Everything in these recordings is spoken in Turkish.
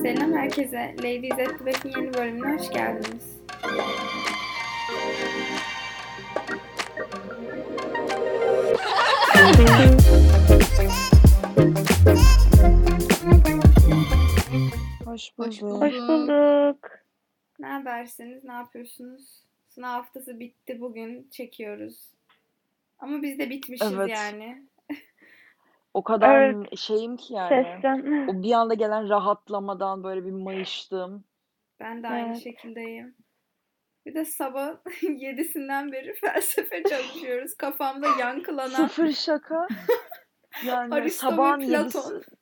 Selam herkese. Ladies at the Back'in yeni bölümüne hoş geldiniz. Hoş Hoş bulduk. Hoş bulduk. Ne habersiniz? Ne yapıyorsunuz? Sınav haftası bitti, bugün çekiyoruz. Ama biz de bitmişiz Evet. yani. O kadar Evet. şeyim ki yani. Sesten. O bir anda gelen rahatlamadan böyle bir mayıştım. Ben de aynı Evet. şekildeyim. Bir de sabah 7'sinden beri felsefe çalışıyoruz. Kafamda yankılanan Sıfır şaka. Yani Aristo ve sabahın Platon. 7'si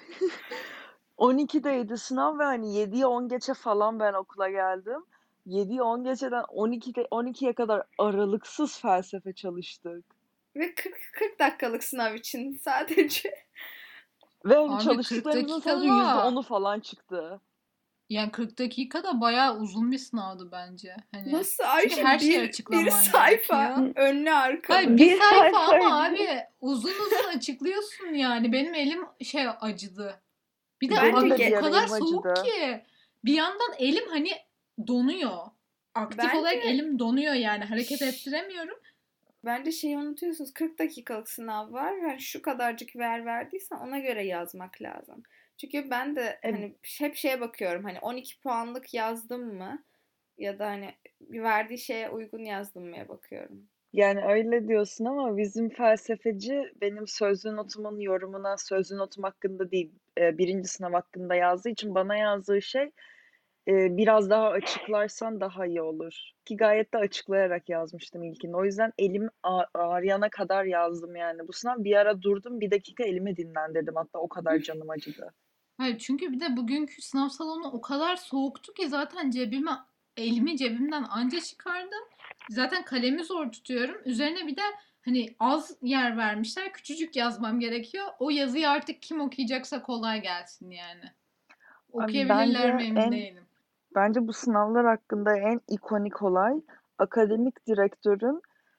12'deydi sınav ve hani 7'ye 10 geçe falan ben okula geldim. 7'ye 10 geçeden 12'ye kadar aralıksız felsefe çalıştık. Ve 40 dakikalık sınav için sadece. Ve hani Abi 40 çalıştıklarımızın dakika sonucu da %10'u falan çıktı. yani 40 dakika da bayağı uzun bir sınavdı bence. Hani Nasıl çünkü Ayşe? her şeyi Bir açıklaman sayfa gerekiyor. önlü arkalı. Hayır bir Bir sayfa ama sayfaydı. abi uzun uzun açıklıyorsun yani. Benim elim acıdı. Bir de Bence Benim de o bir ara kadar elim soğuk acıdı. ki bir yandan elim hani donuyor. Aktif olarak Bence elim donuyor yani hareket ettiremiyorum. bence şeyi unutuyorsunuz. 40 dakikalık sınav var. Yani şu kadarcık verdiysen ona göre yazmak lazım. Çünkü ben de hani hep şeye bakıyorum. Hani 12 puanlık yazdım mı? Ya da hani verdiği şeye uygun yazdım mıya bakıyorum. Yani öyle diyorsun ama bizim felsefeci benim sözlü notumun yorumuna sözlü notum hakkında değil, birinci sınav hakkında yazdığı için bana yazdığı şey biraz daha açıklarsan daha iyi olur. Ki gayet de açıklayarak yazmıştım ilkini. O yüzden elim ağrıyana kadar yazdım yani. Bu sınav bir ara durdum, bir dakika elimi dinlendirdim. Hatta o kadar canım acıdı. Hayır çünkü bir de bugünkü sınav salonu o kadar soğuktu ki zaten elimi cebimden anca çıkardım. Zaten kalemi zor tutuyorum. Üzerine bir de hani az yer vermişler. Küçücük yazmam gerekiyor. O yazıyı artık kim okuyacaksa kolay gelsin yani. Abi Okuyabilirler mi emin değilim. bence bu sınavlar hakkında en ikonik olay akademik direktörün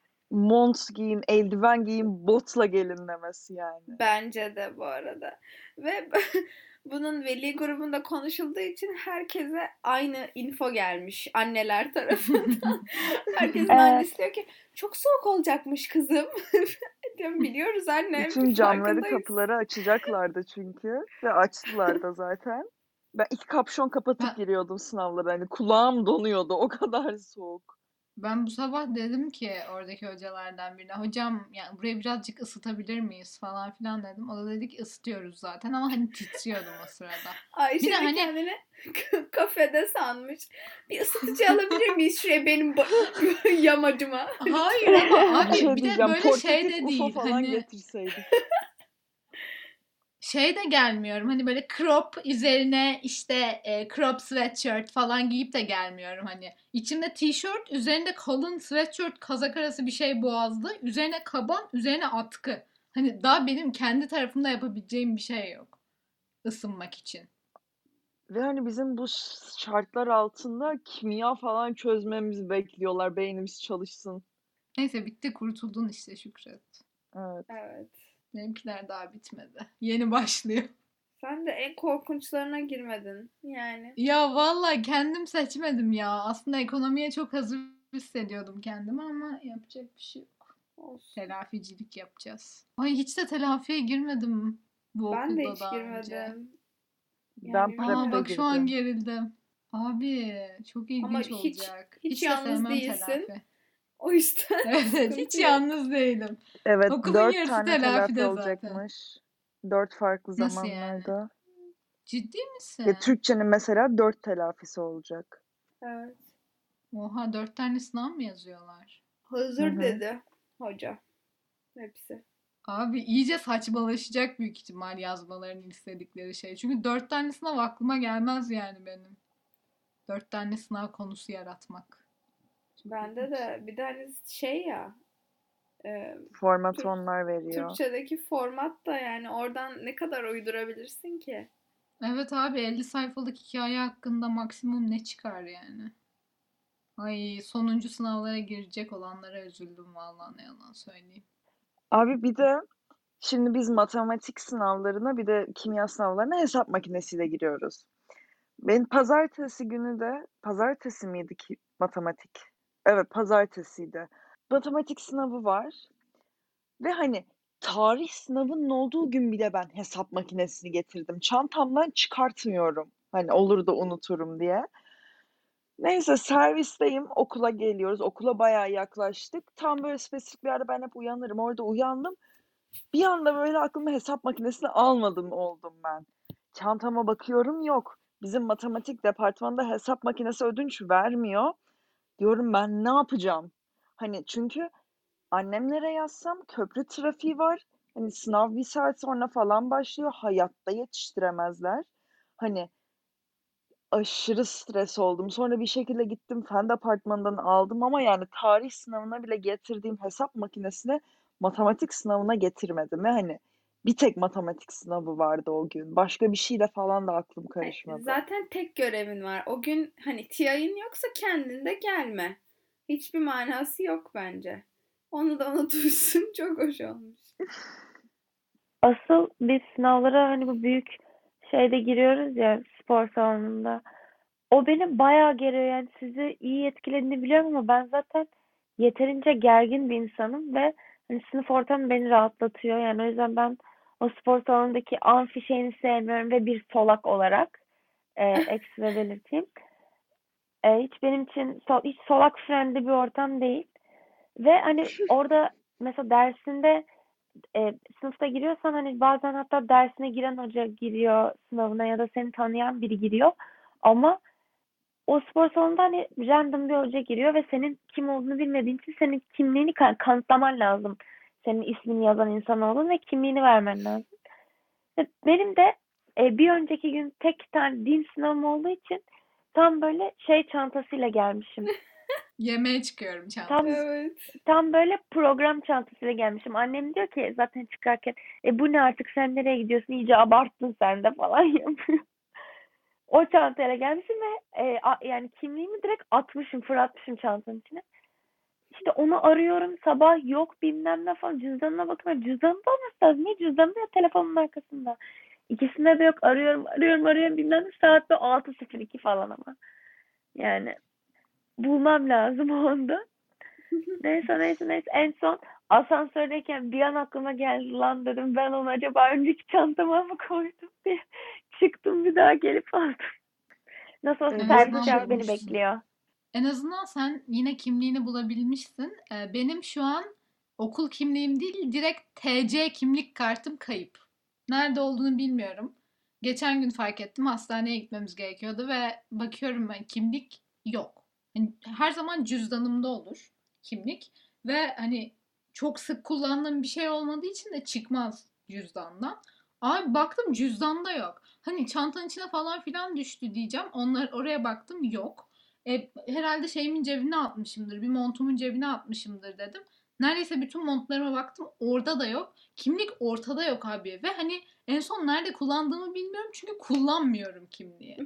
mont giyin, eldiven giyin, botla gelin demesi yani. Bence de bu arada. Ve bunun veli grubunda konuşulduğu için herkese aynı info gelmiş anneler tarafından. Herkesin annesi diyor ki çok soğuk olacakmış kızım. Diyorum biliyoruz anne, Bütün camları, farkındayız. kapıları açacaklardı çünkü ve açtılar da zaten. Ben iki kapşon kapatıp Ben, giriyordum sınavlara. Hani kulağım donuyordu. O kadar soğuk. Ben bu sabah dedim ki oradaki hocalardan birine hocam yani burayı birazcık ısıtabilir miyiz falan filan dedim. O da dedi ki ısıtıyoruz zaten ama hani titriyordum o sırada. Ayşe Bir de de hani kendini kafede sanmış. Bir ısıtıcı alabilir miyiz şuraya benim yamacıma? hayır ama Bir şey abi bir de diyeceğim. böyle şey Portatif de UFO değil. falan Hani getirseydik. şey de gelmiyorum. Hani böyle crop üzerine işte crop sweatshirt falan giyip de gelmiyorum hani. İçimde tişört, üzerinde kalın sweatshirt kazak arası bir şey boğazlı. Üzerine kaban, üzerine atkı. Hani daha benim kendi tarafımda yapabileceğim bir şey yok. Isınmak için. Ve hani bizim bu şartlar altında kimya falan çözmemizi bekliyorlar. Beynimiz çalışsın. Neyse bitti kurtuldun işte Şükret. Evet. Evet. Benimkiler daha bitmedi. Yeni başlıyor. Sen de en korkunçlarına girmedin yani. Ya vallahi kendim seçmedim ya. Aslında ekonomiye çok hazır hissediyordum kendimi ama yapacak bir şey yok. Olsun. Telaficilik yapacağız. Ay hiç de telafiye girmedim bu Ben de okulda hiç daha önce. girmedim. Ben Yani Aa prep'te bilmiyorum. bak şu an girdim. gerildim. Abi çok Ama ilginç hiç olacak. hiç Hiç de yalnız sevmem değilsin. telafi. O yüzden Evet hiç sıkıntı yok. yalnız değilim. Evet, Okulun 4 yarısı tane telafi telafide zaten. olacakmış. 4 farklı Nasıl yani? zamanlarda. Ciddi Ya misin? Türkçenin mesela 4 telafisi olacak. Evet. Oha 4 tane sınav mı yazıyorlar? Hı Hazır hı. dedi hoca. Hepsi. Abi iyice saçmalaşacak büyük ihtimal yazmalarını istedikleri şey. Çünkü 4 tane sınav aklıma gelmez yani benim. 4 tane sınav konusu yaratmak. Çok Bende ilginç. de bir de hani şey ya, e, Format Türk, onlar veriyor. Türkçedeki format da yani oradan ne kadar uydurabilirsin ki? Evet abi 50 sayfalık hikaye hakkında maksimum ne çıkar yani? Ay sonuncu sınavlara girecek olanlara üzüldüm vallahi ne yalan söyleyeyim. Abi bir de şimdi biz matematik sınavlarına bir de kimya sınavlarına hesap makinesiyle giriyoruz. Benim pazartesi günü de, pazartesi miydi ki matematik? Evet, pazartesiydi. Matematik sınavı var ve hani tarih sınavının olduğu gün bile ben hesap makinesini getirdim. Çantamdan çıkartmıyorum. Hani olur da unuturum diye. Neyse servisteyim, okula geliyoruz. Okula bayağı yaklaştık. Tam böyle spesifik bir yerde ben hep uyanırım. Orada uyandım. Bir anda böyle aklıma hesap makinesini almadım oldum ben. Çantama bakıyorum yok. Bizim matematik departmanında hesap makinesi ödünç vermiyor. Diyorum ben ne yapacağım? Hani çünkü annemlere yazsam köprü trafiği var. Hani sınav bir saat sonra falan başlıyor. Hayatta yetiştiremezler. Hani aşırı stres oldum. Sonra bir şekilde gittim fen departmanından aldım ama yani tarih sınavına bile getirdiğim hesap makinesini matematik sınavına getirmedim. Ve hani bir tek matematik sınavı vardı o gün. Başka bir şeyle falan da aklım karışmadı. Zaten tek görevin var. O gün hani TI'ın yoksa kendin de gelme. Hiçbir manası yok bence. Onu da unutursun. Çok hoş olmuş. Asıl biz sınavlara hani bu büyük şeyde giriyoruz ya spor salonunda. O beni bayağı geriyor yani sizi iyi etkilediğini biliyorum ama ben zaten yeterince gergin bir insanım ve hani sınıf ortamı beni rahatlatıyor. Yani o yüzden ben o spor salonundaki amfi şeyini sevmiyorum ve bir solak olarak ekstra belirteyim. Hiç benim için hiç solak friendly bir ortam değil. Ve hani orada mesela dersinde sınıfta giriyorsan hani bazen hatta dersine giren hoca giriyor sınavına ya da seni tanıyan biri giriyor. Ama o spor salonunda hani random bir hoca giriyor ve senin kim olduğunu bilmediğin için senin kimliğini kanıtlaman lazım. Senin ismini yazan insan olduğunu ve kimliğini vermen lazım. Benim de bir önceki gün tek tane din sınavım olduğu için tam böyle şey çantasıyla gelmişim. Yemeğe çıkıyorum çantası. Evet. Tam böyle program çantasıyla gelmişim. Annem diyor ki zaten çıkarken bu ne artık sen nereye gidiyorsun iyice abarttın sen de falan yapıyor. O çantayla gelmişim ve yani kimliğimi direkt atmışım fırlatmışım çantanın içine. İşte onu arıyorum sabah yok bilmem ne falan cüzdanına bakıyorum. Cüzdanında olması lazım. Niye cüzdanında ya telefonun arkasında. İkisinde de yok arıyorum bilmem ne saat de 6:02 falan ama. Yani bulmam lazım o anda. Neyse en son asansördeyken bir an aklıma geldi lan dedim ben onu acaba önceki çantama mı koydum diye çıktım bir daha gelip aldım. Nasıl olsa Evet, servis şey beni bulmuşsun. bekliyor. En azından sen yine kimliğini bulabilmişsin. Benim şu an okul kimliğim değil, direkt TC kimlik kartım kayıp. Nerede olduğunu bilmiyorum. Geçen gün fark ettim, hastaneye gitmemiz gerekiyordu ve bakıyorum ben kimlik yok. Yani her zaman cüzdanımda olur kimlik ve hani çok sık kullandığım bir şey olmadığı için de çıkmaz cüzdandan. Abi baktım cüzdanda yok. Hani çantanın içine falan filan düştü diyeceğim. Onlar oraya baktım yok. Herhalde şeyimin cebine atmışımdır. Bir montumun cebine atmışımdır dedim. Neredeyse bütün montlarıma baktım. Orada da yok. Kimlik ortada yok abi. Ve hani en son nerede kullandığımı bilmiyorum. Çünkü kullanmıyorum kimliği.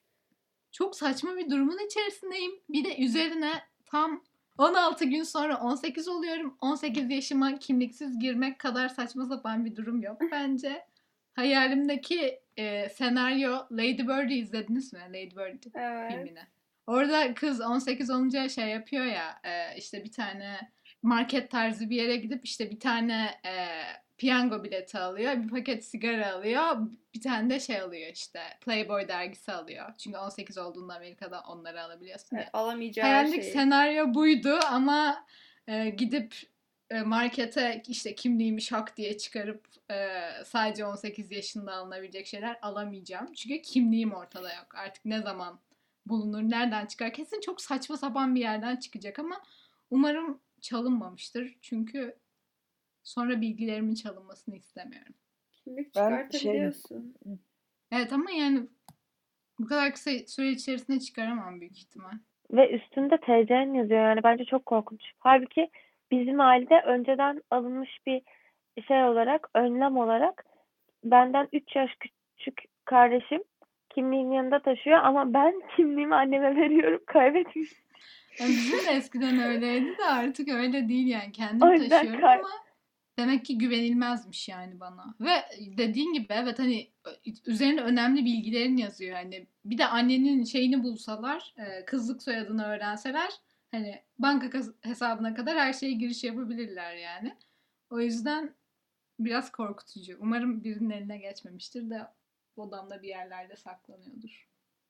Çok saçma bir durumun içerisindeyim. Bir de üzerine tam 16 gün sonra 18 oluyorum. 18 yaşıma kimliksiz girmek kadar saçma sapan bir durum yok bence. Hayalimdeki senaryo Lady Bird'ü izlediniz mi? Lady Bird Evet. filmini. Orada kız 18 olunca şey yapıyor ya işte bir tane market tarzı bir yere gidip işte bir tane piyango bileti alıyor. Bir paket sigara alıyor. Bir tane de şey alıyor işte Playboy dergisi alıyor. Çünkü 18 olduğunda Amerika'da onları alabiliyorsun ya. Alamayacağı Hayalindeki şeyi. senaryo buydu ama gidip markete işte kimliğimi şak diye çıkarıp sadece 18 yaşında alınabilecek şeyler alamayacağım. Çünkü kimliğim ortada yok. Artık ne zaman bulunur, nereden çıkar? Kesin çok saçma sapan bir yerden çıkacak ama umarım çalınmamıştır. Çünkü sonra bilgilerimin çalınmasını istemiyorum. Kimlik Ben çıkartabiliyorsun. Evet ama yani bu kadar kısa süre içerisinde çıkaramam büyük ihtimal. Ve üstünde TC'n yazıyor yani bence çok korkunç. Halbuki bizim ailede önceden alınmış bir şey olarak, önlem olarak benden 3 yaş küçük kardeşim kimliğin yanında taşıyor ama ben kimliğimi anneme veriyorum kaybetmiş. Yani bizim de eskiden öyleydi de artık öyle değil yani. O Kendim yüzden taşıyorum ama Demek ki güvenilmezmiş yani bana. Ve dediğin gibi evet hani üzerine önemli bilgilerin yazıyor. Hani bir de annenin şeyini bulsalar, kızlık soyadını öğrenseler hani banka hesabına kadar her şeye giriş yapabilirler yani. O yüzden biraz korkutucu. Umarım birinin eline geçmemiştir de odamda bir yerlerde saklanıyordur.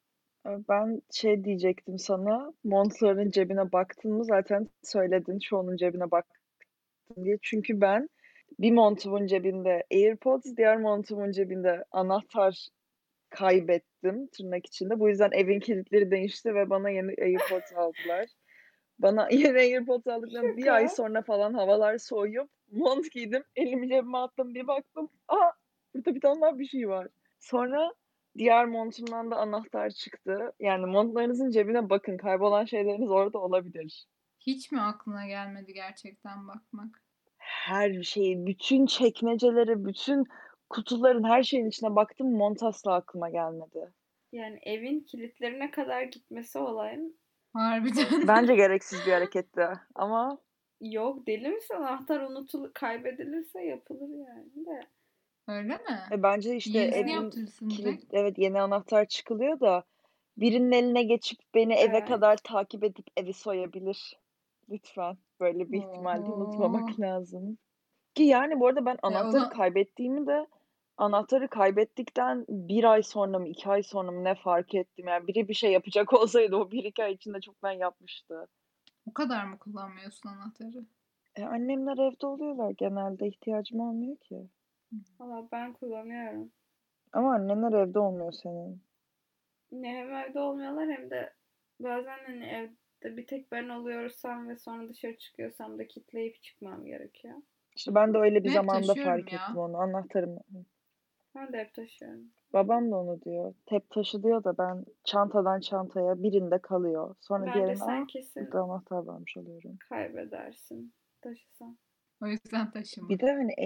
Ben şey diyecektim sana, montların cebine baktın mı zaten söyledin çoğunun cebine baktın diye. Çünkü ben bir montumun cebinde AirPods, diğer montumun cebinde anahtar kaybettim tırnak içinde. Bu yüzden evin kilitleri değişti ve bana yeni AirPods aldılar. Bana yeni AirPods aldıktan bir ay Şaka. sonra falan havalar soğuyup mont giydim. Elimi cebime attım bir baktım. Aa, burada bir tane daha bir şey var. Sonra diğer montumdan da anahtar çıktı. Yani montlarınızın cebine bakın. Kaybolan şeyleriniz orada olabilir. Hiç mi aklına gelmedi gerçekten bakmak? Her şeyi, bütün çekmeceleri, bütün kutuların her şeyin içine baktım. Mont asla aklıma gelmedi. Yani evin kilitlerine kadar gitmesi olayın Harbiden. Bence gereksiz bir hareketti. Ama yok, deli misin? Anahtar kaybedilirse yapılır yani de. Öyle mi? bence işte Yenisini Evet. evin yaptırırsın direkt. evet yeni anahtar çıkılıyor da birinin eline geçip beni eve Evet. kadar takip edip evi soyabilir. Lütfen. Böyle bir ihtimali Oho. unutmamak lazım. Ki yani bu arada ben O anahtarı zaman kaybettiğimi de anahtarı kaybettikten bir ay sonra mı 2 ay sonra mı ne fark ettim. Yani biri bir şey yapacak olsaydı o bir iki ay içinde çoktan yapmıştı. o kadar mı kullanmıyorsun anahtarı? Annemler evde oluyorlar genelde ihtiyacım olmuyor ki. Valla ben kullanıyorum. Ama annemler evde olmuyor senin. Ne hem evde olmuyorlar hem de bazen hani evde bir tek ben oluyorsam ve sonra dışarı çıkıyorsam da kilitleyip çıkmam gerekiyor. İşte ben de öyle bir Ben hep zamanda taşıyorum fark ettim ya. onu. Anahtarım. Ben de hep taşıyorum. Babam da onu diyor. Hep taşı diyor da ben çantadan çantaya birinde kalıyor. Sonra Bence diğerinde sen burada kesin anahtar varmış oluyorum. kaybedersin taşısan. O yüzden taşıma. Bir de hani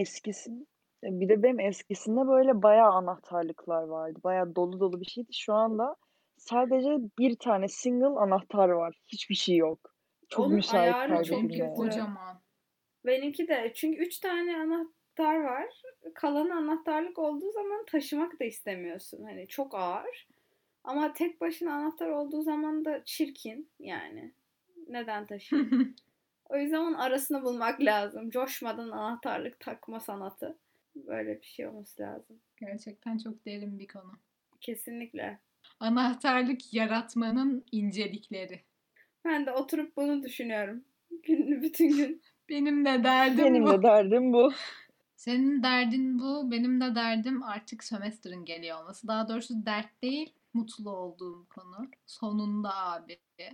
bir de benim eskisinde böyle bayağı anahtarlıklar vardı. Bayağı dolu dolu bir şeydi. Şu anda sadece bir tane single anahtar var. Hiçbir şey yok. Çok Onun müsait ayarı O çok benimki kaybedilmeye. kötü. kocaman. Benimki de. Çünkü 3 tane anahtar var. Kalanı anahtarlık olduğu zaman taşımak da istemiyorsun. Hani çok ağır. Ama tek başına anahtar olduğu zaman da çirkin yani. Neden taşıyayım? O yüzden onun arasını bulmak lazım. Coşmadan anahtarlık takma sanatı. Böyle bir şey olması lazım. Gerçekten çok derin bir konu. Kesinlikle. Anahtarlık yaratmanın incelikleri. Ben de oturup bunu düşünüyorum. Günlü bütün gün. Benim de derdim Benim de bu. derdim bu. Senin derdin bu, benim de derdim artık sömestrın geliyor olması. Daha doğrusu dert değil, mutlu olduğum konu. Sonunda abi.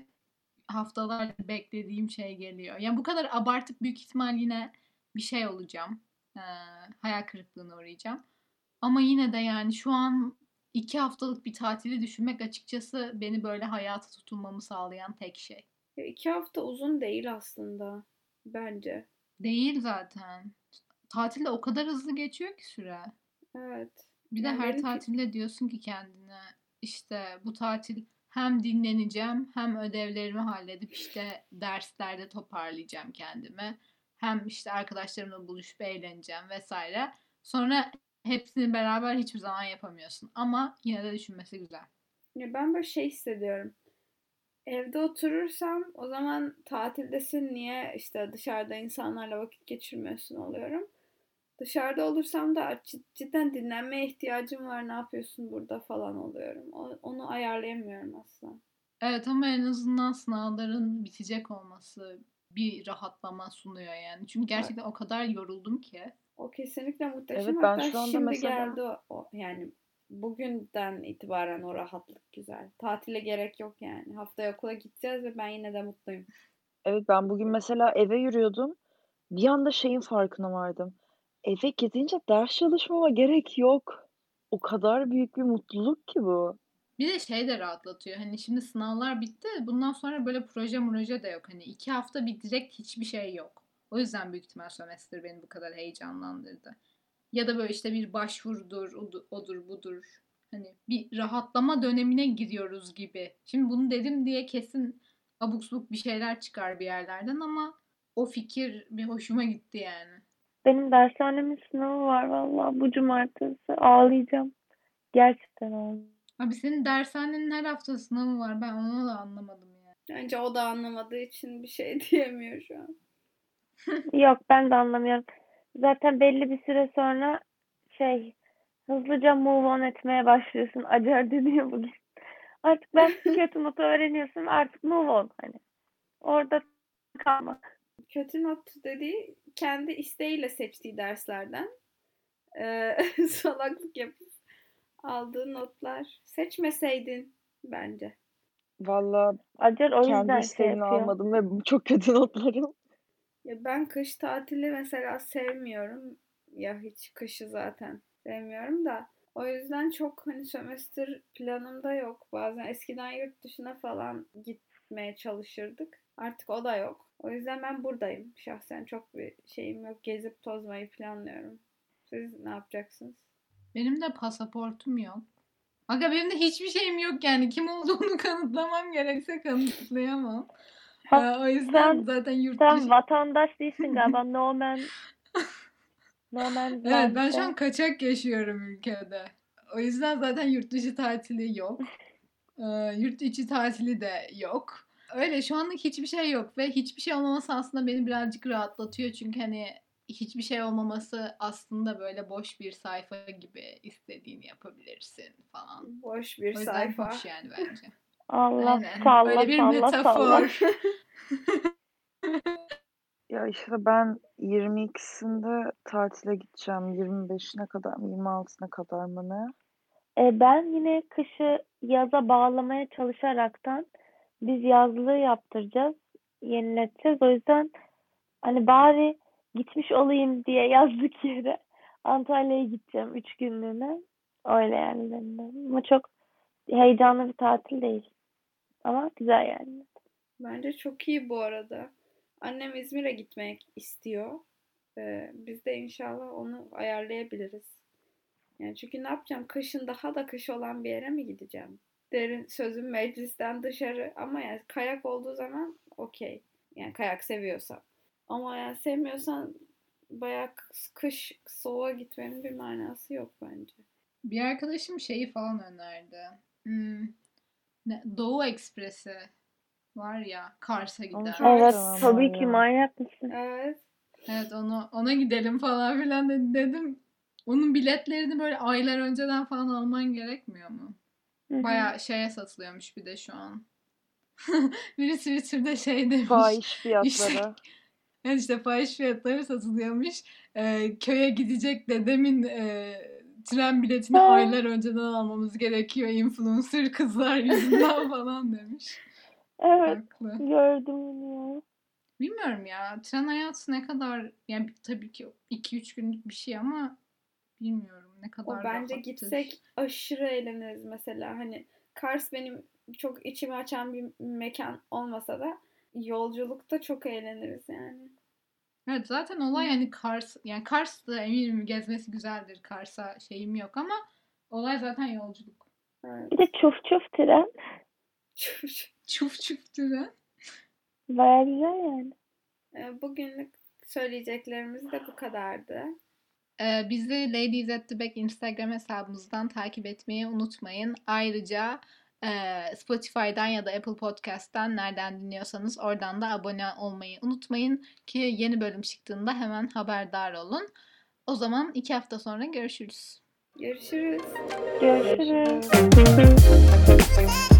Haftalardır beklediğim şey geliyor. Yani bu kadar abartıp büyük ihtimal yine bir şey olacağım. Ee, hayal kırıklığına uğrayacağım. Ama yine de yani şu an 2 haftalık bir tatili düşünmek açıkçası beni böyle hayata tutunmamı sağlayan tek şey. Ya 2 hafta uzun değil aslında. Bence. Değil zaten. Tatilde o kadar hızlı geçiyor ki süre. Evet. Bir de Yani her benim tatilde diyorsun ki kendine işte bu tatil hem dinleneceğim hem ödevlerimi halledip işte derslerde toparlayacağım kendimi. Hem işte arkadaşlarımla buluşup eğleneceğim vesaire. Sonra hepsini beraber hiçbir zaman yapamıyorsun. Ama yine de düşünmesi güzel. ya ben böyle şey hissediyorum. Evde oturursam o zaman tatildesin, niye işte dışarıda insanlarla vakit geçirmiyorsun oluyorum. Dışarıda olursam da cidden dinlenmeye ihtiyacım var, ne yapıyorsun burada falan oluyorum. Onu ayarlayamıyorum asla. Evet ama en azından sınavların bitecek olması bir rahatlama sunuyor yani. Çünkü Ha, gerçekten o kadar yoruldum ki. o kesinlikle muhteşem. Evet ben Hatta şu anda şimdi mesela geldi yani bugünden itibaren o rahatlık güzel. Tatile gerek yok yani. Haftaya okula gideceğiz ve ben yine de mutluyum. evet ben bugün mesela eve yürüyordum. Bir anda şeyin farkına vardım. Eve gidince ders çalışmama gerek yok. O kadar büyük bir mutluluk ki bu. Bir de şey de rahatlatıyor. Hani şimdi sınavlar bitti. Bundan sonra böyle proje de yok. Hani 2 hafta bir direkt hiçbir şey yok. O yüzden büyük ihtimal sömestr beni bu kadar heyecanlandırdı. Ya da böyle işte bir başvurudur, odur budur. Hani bir rahatlama dönemine giriyoruz gibi. Şimdi bunu dedim diye kesin abuk subuk bir şeyler çıkar bir yerlerden ama o fikir bir hoşuma gitti yani. Benim dershanemin sınavı var vallahi bu cumartesi. Ağlayacağım. Gerçekten ağlayacağım. Abi senin dershanenin her hafta sınavı var. Ben onu da anlamadım ya. Bence o da anlamadığı için bir şey diyemiyor şu an. Yok ben de anlamıyorum. Zaten belli bir süre sonra hızlıca move on etmeye başlıyorsun. Acar dönüyor bugün. Artık ben kötü notu öğreniyorsun. Artık move on. Hani orada kalma. Kötü not dediği kendi isteğiyle seçtiği derslerden salaklık yapıp aldığı notlar. Seçmeseydin bence. Valla Acar o kendi yüzden isteğimle yapıyor. almadım ve çok kötü notlarım. Ya ben kış tatili mesela sevmiyorum. Ya hiç kışı zaten sevmiyorum da. O yüzden çok hani sömestr planımda yok. Bazen eskiden yurt dışına falan gitmeye çalışırdık. Artık o da yok. O yüzden ben buradayım. Şahsen çok bir şeyim yok. Gezip tozmayı planlıyorum. Siz ne yapacaksınız? Benim de pasaportum yok. Aga benim de hiçbir şeyim yok yani. Kim olduğunu kanıtlamam gerekse kanıtlayamam. O yüzden zaten yurt Sen dışı... vatandaş değilsin galiba. No man's Evet ben şu land'de. an kaçak yaşıyorum ülkede. O yüzden zaten yurt dışı tatili yok. Yurt içi tatili de yok. Öyle şu anlık hiçbir şey yok ve hiçbir şey olmaması aslında beni birazcık rahatlatıyor. Çünkü hani hiçbir şey olmaması aslında böyle boş bir sayfa gibi istediğini yapabilirsin falan. Boş bir O yüzden sayfa. hoş yani bence. Allah Aynen. salla Öyle bir salla salla. metafor. Ya işte ben 22'sinde tatile gideceğim. 25'ine kadar mı 26'sına kadar mı ne? Ben yine kışı yaza bağlamaya çalışaraktan biz yazlığı yaptıracağız. Yenileteceğiz. O yüzden hani bari gitmiş olayım diye yazlık yere Antalya'ya gideceğim 3 günlüğüne. Öyle yani benim de. Ama çok heyecanlı bir tatil değil. Ama güzel yani. Bence çok iyi bu arada. Annem İzmir'e gitmek istiyor. Biz de inşallah onu ayarlayabiliriz. Yani çünkü ne yapacağım? Kışın daha da kış olan bir yere mi gideceğim? Derin sözüm meclisten dışarı ama yani kayak olduğu zaman okey. Yani kayak seviyorsam. Ama yani sevmiyorsan bayağı kış soğuğa gitmenin bir manası yok bence. Bir arkadaşım şeyi falan önerdi. Doğu Ekspresi var ya, Kars'a giden. Evet Tamam tabii ki ya. manyak mısın? Evet. Evet ona gidelim falan filan dedim. Onun biletlerini böyle aylar önceden falan alman gerekmiyor mu? Hı hı. Bayağı şeye satılıyormuş bir de şu an. Biri Twitter'da şey demiş. Fahiş İşte, fiyatlara. evet işte fahiş fiyatları satılıyormuş. Köye gidecek dedemin tren biletini aylar önceden almamız gerekiyor influencer kızlar yüzünden falan demiş. Evet Haklı. gördüm onu ya. Bilmiyorum ya. Tren hayatı ne kadar, yani tabii ki 2-3 günlük bir şey ama bilmiyorum ne kadar O bence rahattır. gitsek aşırı eğleniriz mesela. Hani Kars benim çok içimi açan bir mekan olmasa da yolculukta çok eğleniriz yani. Evet zaten olay yani Kars'ta eminim gezmesi güzeldir. Kars'a şeyim yok ama olay zaten yolculuk. Evet. Bir de çuf çuf tren. Çuf çuf tren. Baya güzel yani. Bugünlük söyleyeceklerimiz de bu kadardı. Bizi Ladies at the Back Instagram hesabımızdan takip etmeyi unutmayın. Ayrıca Spotify'dan ya da Apple Podcast'tan nereden dinliyorsanız oradan da abone olmayı unutmayın ki yeni bölüm çıktığında hemen haberdar olun. O zaman 2 hafta sonra görüşürüz. Görüşürüz. Görüşürüz.